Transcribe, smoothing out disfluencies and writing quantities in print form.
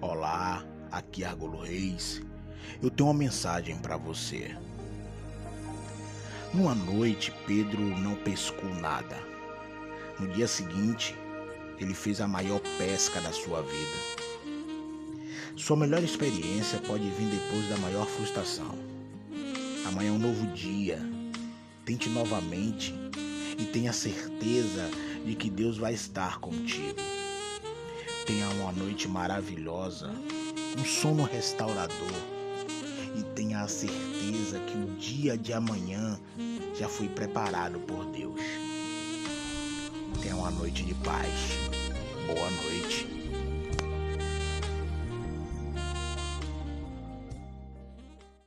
Olá, aqui é Argolo Reis. Eu tenho uma mensagem para você. Numa noite, Pedro não pescou nada. No dia seguinte, ele fez a maior pesca da sua vida. Sua melhor experiência pode vir depois da maior frustração. Amanhã é um novo dia. Tente novamente e tenha certeza de que Deus vai estar contigo. Tenha uma noite maravilhosa, um sono restaurador e tenha a certeza que o dia de amanhã já foi preparado por Deus. Tenha uma noite de paz. Boa noite.